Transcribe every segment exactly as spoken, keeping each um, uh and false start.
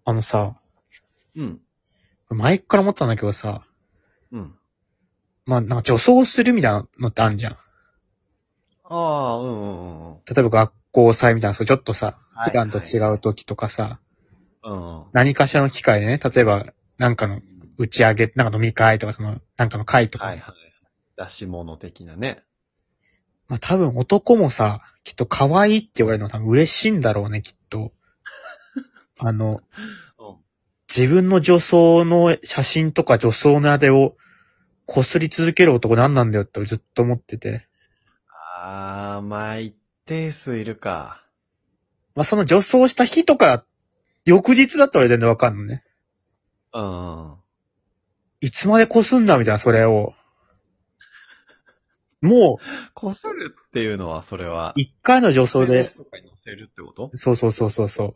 あのさ、 うん。 前っから思ったんだけどさ、 うん。 まあ、なんか女装するみたいなのってあんじゃん。 ああ、うんうんうんうん。 例えば学校祭みたいな、そうちょっとさ、普はい段と違はいはい。 う時とかさ、 うんうん。 何かしらの機会でね、例えば、なんかの打ち上げ、なんか飲み会とか、その、なんかの会とかで。 はいはい。出し物的なね。 まあ多分男もさ、きっと可愛いって言われるのうん。 は多分嬉しいんだろうね、きっと。あの、 うん。 自分の女装の写真とか女装のあれをこすり続ける男何なんだよってずっと思ってて。 ああ、まあ一定数いるか。 まあその女装した日とか、翌日だったら全然わかんのね。 うんうん。 いつまでこすんだみたいな、それを。もう、 こするっていうのは、それは、 一回の女装で、 エスエヌエス とかに載せるってこと？ そうそうそうそうそう。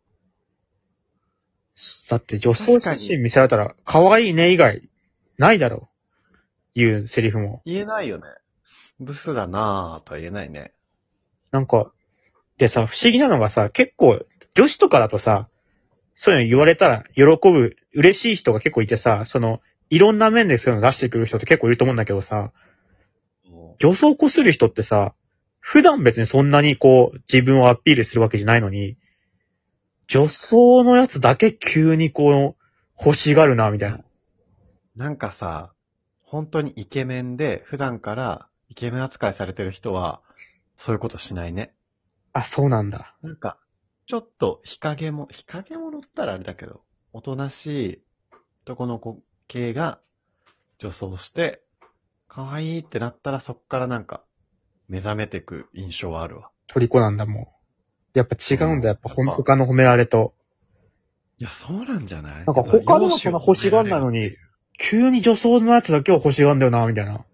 だって女装確かに、 写真見せられたら、可愛いね以外、ないだろう。いうセリフも。 言えないよね。ブスだなぁとは言えないね。 なんか、でさ、不思議なのがさ、結構、女子とかだとさ、そういうの言われたら喜ぶ、嬉しい人が結構いてさ、その、いろんな面でそういうの出してくる人って結構いると思うんだけどさ、 も女装こする人ってさ、普段別にそんなにこう、自分をアピールするわけじゃないのに、女装のやつだけ急にこう、欲しがるな、みたうな、 いな。 なんかさ、本当にイケメンで、普段からイケメン扱いされてる人は、そういうことしないね。 あ、そうなんだ。 なんか、ちょっと日陰も、日陰者って言ったらあれだけど、おとなしい男の子系が女装して、可愛いってなったらそっからなんか目覚めてく印象はあるわ。 虜なんだ、もう。やっぱ違うん。 うんだ、やっぱほん、 やっぱ、 他の褒められと。 いや、そうなんじゃない？ なんかやっぱ他のもそんな容姿を欲しがん褒められないのに、 るっていう。 急に女装のやつだけを欲しがんだよな、みたいな。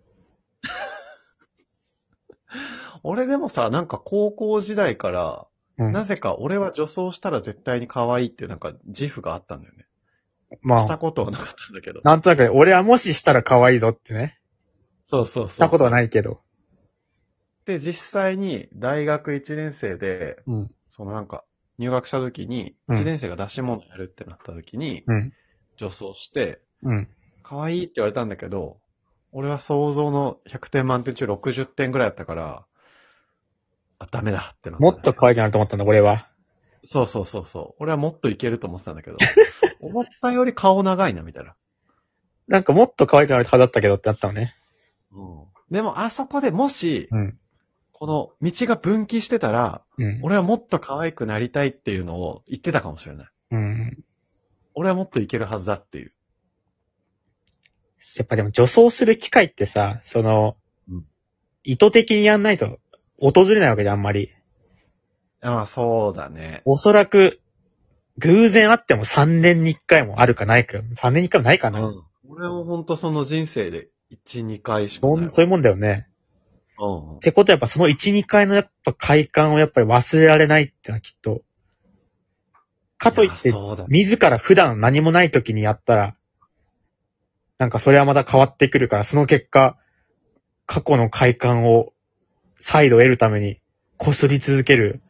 俺でもさ、なんか高校時代から、 うん。 なぜか俺は女装したら絶対に可愛いっていうなんか自負があったんだよね。 まあ、 したことはなかったんだけど。 なんとなく、俺はもししたら可愛いぞってね。 そうそうしたことはそうそう。 ないけど。 で、実際に大学いちねん生で、 うん。 そのなんか、入学した時に、1 うん。 年生が出し物やるってなった時に、 うん。 女装して、 うん。 可愛いって言われたんだけど、俺は想像のひゃくてん満点中ろくじゅってんぐらいだったから、あ、ダメだってなっもったね。 と可愛くなると思ったんだ、俺は。 そうそうそうそう。俺はもっといけると思ってたんだけど、思ったより顔長いな、みたいな。 なんかもっと可愛くなる派だったけどってなったのね。 うん。でも、あそこでもし、 うん。 この道が分岐してたら、 うん。 俺はもっと可愛くなりたいっていうのを言ってたかもしれない。 うん。 俺はもっといけるはずだっていう。 やっぱでも女装する機会ってさ、その、 うん。 意図的にやんないと訪れないわけじゃん、あんまり。 まあ、そうだね。 おそらく、偶然あってもさんねんにいっかいもあるかないか。さんねんにいっかいもないかな。 うん。俺もほんとその人生でいち、にかいしかそん、 ないわ。 そういうもんだよね。 うん。 ってことはやっぱそのいち、にかいのやっぱ快感をやっぱり忘れられないってのはきっと。かいや、 といって、 そうだ。 自ら普段何もない時にやったら、なんかそれはまた変わってくるから、その結果、過去の快感を再度得るために、擦り続ける。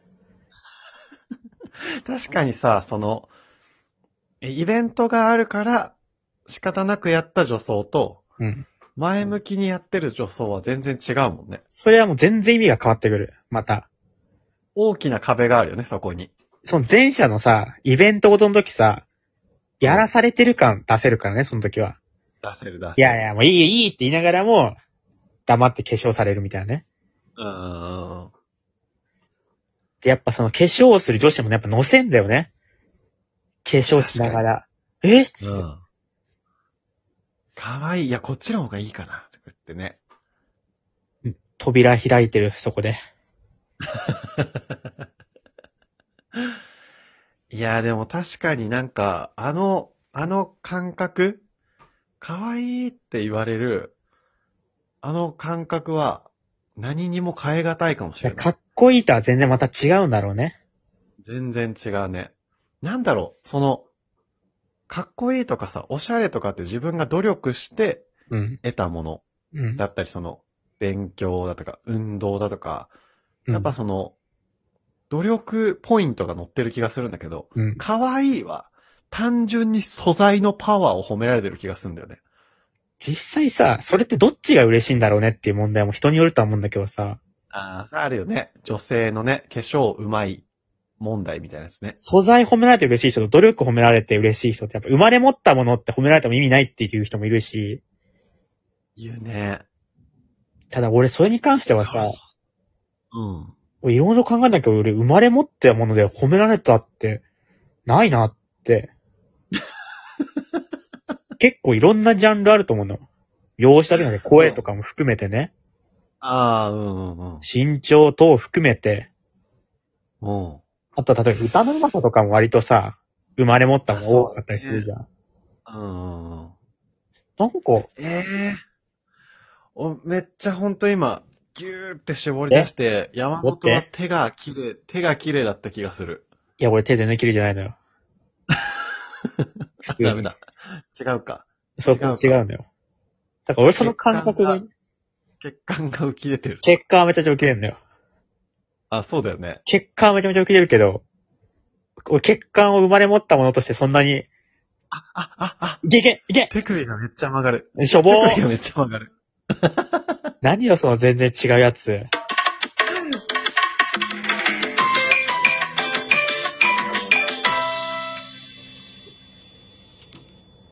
確かにさ、その、えイベントがあるから仕方なくやった女装と、 うん。 前向きにやってる女装は全然違うもんね。 それはもう全然意味が変わってくる。また。 大きな壁があるよね、そこに。 その前者のさ、イベントごとの時さ、やらうん。 されてる感出せるからね、その時は。 出せる出せる。 いやいや、もういいいいって言いながらも、黙って化粧されるみたいなね。 うんうんうん。 で、やっぱその化粧をする女子もね、やっぱ乗せんだよね。化粧しながら。えうん。かわいい。いや、こっちの方がいいかな。とか言ってね。 扉開いてる、そこで。 いや、でも確かになんか、あの、あの感覚、かわいいって言われる、あの感覚は、何にも変え難いかもしれない。 かっこいいとは全然また違うんだろうね。 全然違うね。なんだろう、その、かっこいいとかさ、おしゃれとかって自分が努力してうん。 得たものうん。 だったり、その、勉強だとか、運動だとか、やっぱうん。 その、努力ポイントが乗ってる気がするんだけど、 うん。 可愛いは、 単純に素材のパワーを褒められてる気がするんだよね。 実際さ、それってどっちが嬉しいんだろうねっていう問題も人によるとは思うんだけどさ、 ああ、あるよね。女性のね、化粧うまい問題みたいなやつね。 素材褒められて嬉しい人と努力褒められて嬉しい人ってやっぱ生まれ持ったものって褒められても意味ないっていう人もいるし、 言うね。 ただ俺それに関してはさ、 うん。 俺いろいろ考えなきゃ俺生まれ持ったもので褒められたってないなって。結構いろんなジャンルあると思うの。容姿だけじゃなくて声とかも含めてね。 ああ、うんうん身長等を含めて。 うん。うん。 あとは例えば歌のうまさとかも割とさ、生まれ持ったもの多かったりするじゃん。 うんうんうん。 なんか、 ええお、めっちゃほんと今、ギューって絞り出して、山本は手が綺麗、手が綺麗だった気がする。 いや俺手全然綺麗じゃないのよ。 あダメだ。違うか。 そう、 違うか違うのよ。だから俺その感覚が、 血管が浮き出てる。 結果はめちゃめちゃ受けれるのよ。 あ、そうだよね。 血管はめちゃめちゃ受けれるけど、俺血管を生まれ持ったものとしてそんなに、 あ、あ、あ、あ、 いけいけいけ手首がめっちゃ曲がる。 しょぼー手首がめっちゃ曲がる。 何よその全然違うやつ。